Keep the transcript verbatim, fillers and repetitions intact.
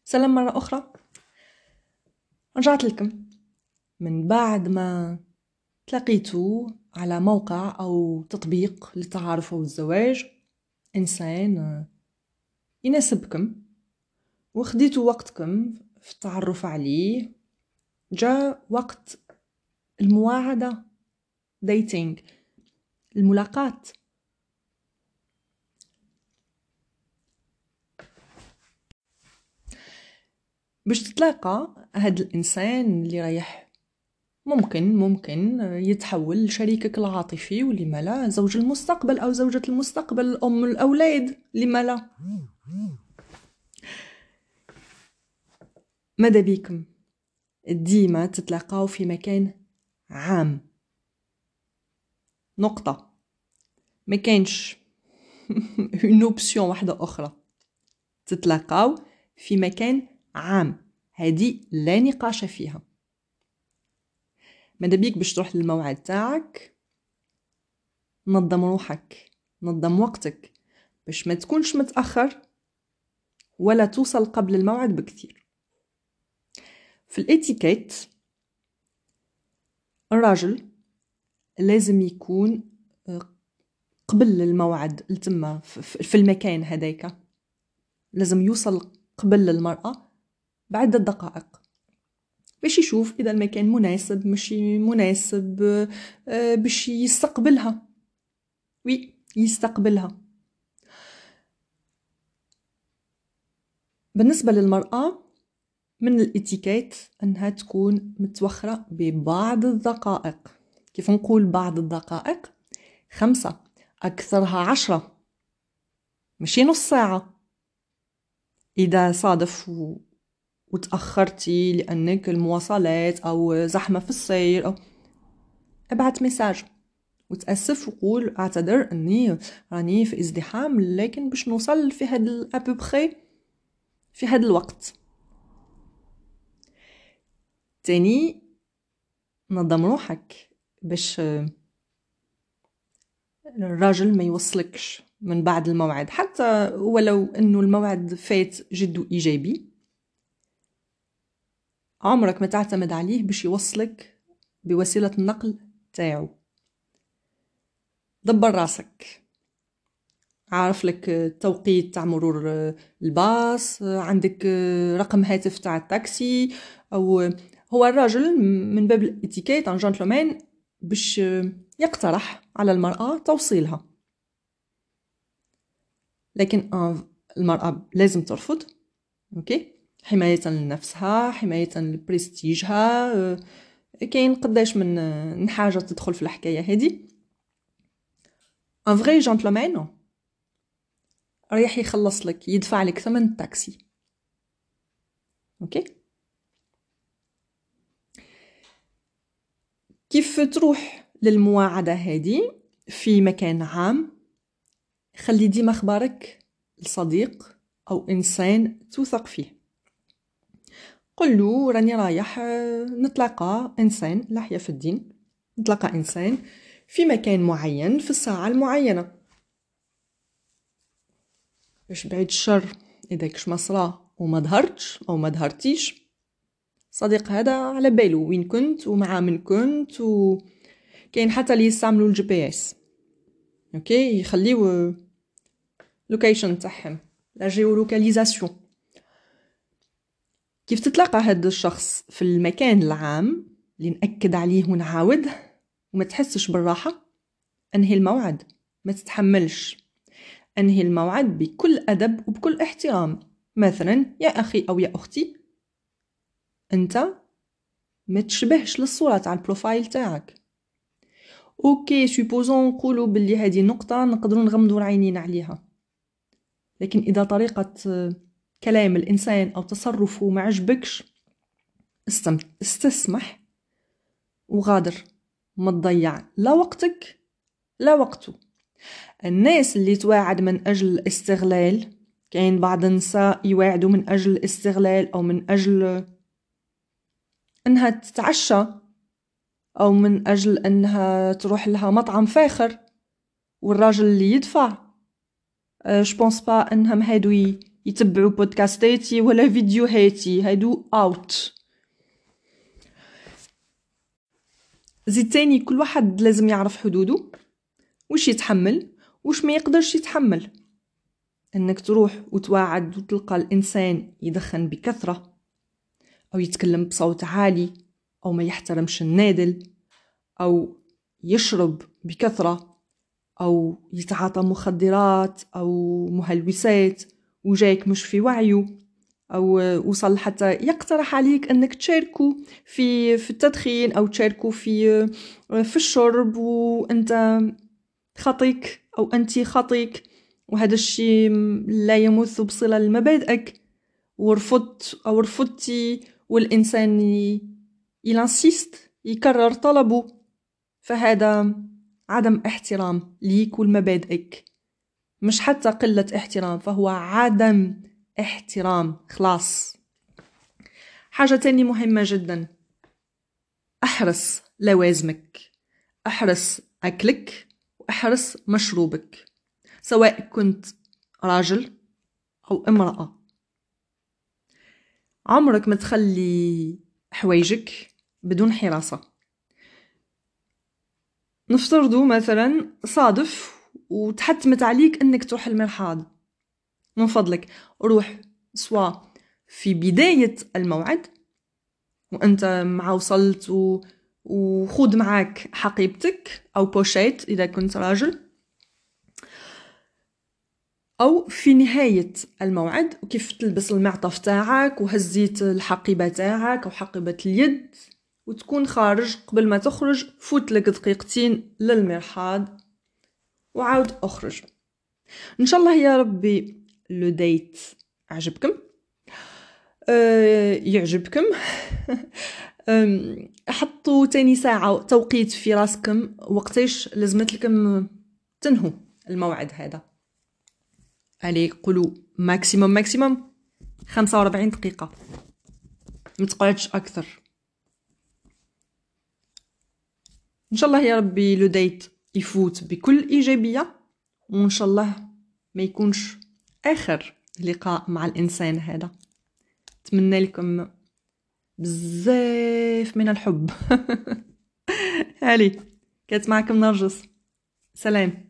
سلام مرة أخرى. رجعت لكم من بعد ما تلاقيتوا على موقع أو تطبيق للتعارف أو الزواج إنسان يناسبكم وخديتوا وقتكم في التعرف عليه. جاء وقت المواعدة، ديتينج، الملاقاة. باش تتلاقى هاد الإنسان اللي رايح ممكن ممكن يتحول لشريكك العاطفي، ولما لا زوج المستقبل أو زوجة المستقبل، أم الأولاد، لما لا. ماذا بيكم ديما تتلاقاو في مكان عام، نقطة. ما كانش une option واحدة أخرى. تتلاقاو في مكان عام، هذه لا نقاش فيها. ماذا بيك باش تروح للموعد تاعك، نظم روحك، نظم وقتك باش ما تكونش متأخر ولا توصل قبل الموعد بكثير. في الاتيكيت الراجل لازم يكون قبل الموعد التما في المكان هذاك، لازم يوصل قبل المرأة بعدة دقائق باش يشوف إذا المكان مناسب ماشي مناسب، باش يستقبلها. وي يستقبلها. بالنسبة للمرأة من الاتيكيت أنها تكون متوخرة ببعض الدقائق. كيف نقول بعض الدقائق؟ خمسة، أكثرها عشرة، ماشي نص ساعة. إذا صادف و... وتأخرتي لأنك المواصلات أو زحمة في السير أو... ابعت مساج وتأسف وقول أعتذر أني راني في ازدحام، لكن باش نوصل في هاد الأبوبخي في هاد الوقت. تاني، نظم روحك باش الراجل ما يوصلكش من بعد الموعد، حتى ولو أنه الموعد فات جد إيجابي. عمرك ما تعتمد عليه باش يوصلك بوسيلة النقل تاعو. دبر راسك، عارف لك التوقيت تاع مرور الباص، عندك رقم هاتف تاع التاكسي، أو هو الراجل من باب الاتيكيت ان جنتلمان باش يقترح على المرأة توصيلها، لكن المرأة لازم ترفض. اوكي، حماية لنفسها، حماية لبرستيجها. كاين قداش من حاجة تدخل في الحكاية هذه. ان فغي جنتلمان رايح يخلص لك، يدفع لك ثمن التاكسي. اوكي، كيف تروح للمواعدة هذه في مكان عام؟ خلي ديما اخبارك لصديق او انسان توثق فيه. قل له راني رايح نتلاقى انسان لاحيا في الدين، نتلاقى انسان في مكان معين في الساعة المعينة. باش بعيد الشر اذا كش مصرا وما ظهرتش او ما ظهرتيش، صديق هذا على بالو وين كنت ومع من كنت، وكاين حتى اللي يستعملوا الجي بي اس. اوكي، يخليو لوكيشن تاعهم، لا جيولوكاليزاسيون. كيف تتلاقى هذا الشخص في المكان العام اللي نأكد عليه ونعاود وما تحسش بالراحة؟ انهي الموعد، ما تتحملش. انهي الموعد بكل أدب وبكل احترام. مثلا يا أخي أو يا أختي، أنت ما تشبهش للصورة تاع البروفايل تاعك. اوكي، سوبوزون نقولوا باللي هذه نقطة نقدروا نغمضوا العينين عليها، لكن إذا طريقة كلام الإنسان أو تصرفه ما عجبكش، استسمح وغادر، ما تضيع لا وقتك لا وقته. الناس اللي تواعد من أجل الاستغلال، كاين بعض النساء يواعدوا من أجل الاستغلال أو من أجل أنها تتعشى أو من أجل أنها تروح لها مطعم فاخر والراجل اللي يدفع. جو بونس با أنهم هادو يتبعوا بودكاستاتي ولا فيديوهاتي، هادو اوت. زيد تاني، كل واحد لازم يعرف حدوده، وش يتحمل وش ما يقدرش يتحمل. انك تروح وتواعد وتلقى الانسان يدخن بكثرة، او يتكلم بصوت عالي، او ما يحترمش النادل، او يشرب بكثرة، او يتعاطى مخدرات او مهلوسات وجايك مش في وعيه، او وصل حتى يقترح عليك انك تشاركوا في في التدخين او تشاركوا في في الشرب وانت خطيك او انت خطيك، وهذا الشيء لا يمث بصلة لمبادئك، ورفضت او رفضتي والانسان يلانسيست يكرر طلبه، فهذا عدم احترام ليك ولمبادئك، مش حتى قلة احترام، فهو عدم احترام خلاص. حاجة تاني مهمة جدا، احرص لوازمك، احرص اكلك واحرص مشروبك، سواء كنت راجل او امرأة. عمرك ما تخلي حوايجك بدون حراسة. نفترضوا مثلا صادف وتحتمت عليك انك تروح المرحاض، من فضلك روح سوا في بداية الموعد وانت مع وصلت و... وخذ معك حقيبتك او بوشيت اذا كنت راجل، او في نهاية الموعد وكيف تلبس المعطف تاعك وهزيت الحقيبة تاعك او حقيبة اليد وتكون خارج، قبل ما تخرج فوت لك دقيقتين للمرحاض وعاود اخرج. ان شاء الله يا ربي لو ديت عجبكم، أه يعجبكم. حطوا تاني ساعة توقيت في راسكم وقتاش لازمت لكم تنهوا الموعد هذا. علي قولوا ماكسيموم ماكسيموم خمسة وأربعين دقيقة، متقعدش أكثر. إن شاء الله يا ربي لو ديت يفوت بكل إيجابية، وإن شاء الله ما يكونش آخر لقاء مع الإنسان هذا. أتمنى لكم بزاف من الحب. هالي كانت معكم نرجس، سلام.